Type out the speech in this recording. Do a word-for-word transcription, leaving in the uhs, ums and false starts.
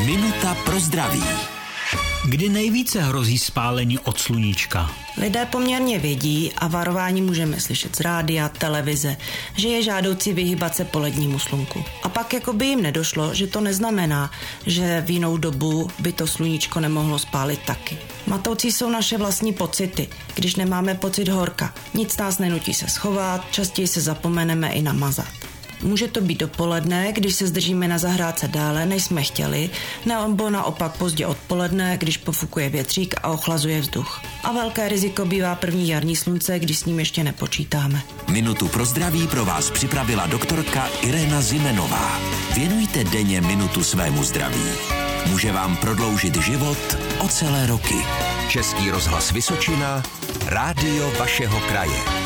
Minuta pro zdraví. Kdy nejvíce hrozí spálení od sluníčka? Lidé poměrně vědí a varování můžeme slyšet z rádia, televize, že je žádoucí vyhýbat se polednímu slunku. A pak jako by jim nedošlo, že to neznamená, že v jinou dobu by to sluníčko nemohlo spálit taky. Matoucí jsou naše vlastní pocity, když nemáme pocit horka. Nic nás nenutí se schovat, častěji se zapomeneme i namazat. Může to být dopoledne, když se zdržíme na zahrádce déle, než jsme chtěli, nebo naopak pozdě odpoledne, když pofukuje větřík a ochlazuje vzduch. A velké riziko bývá první jarní slunce, když s ním ještě nepočítáme. Minutu pro zdraví pro vás připravila doktorka Irena Zimenová. Věnujte denně minutu svému zdraví. Může vám prodloužit život o celé roky. Český rozhlas Vysočina, rádio vašeho kraje.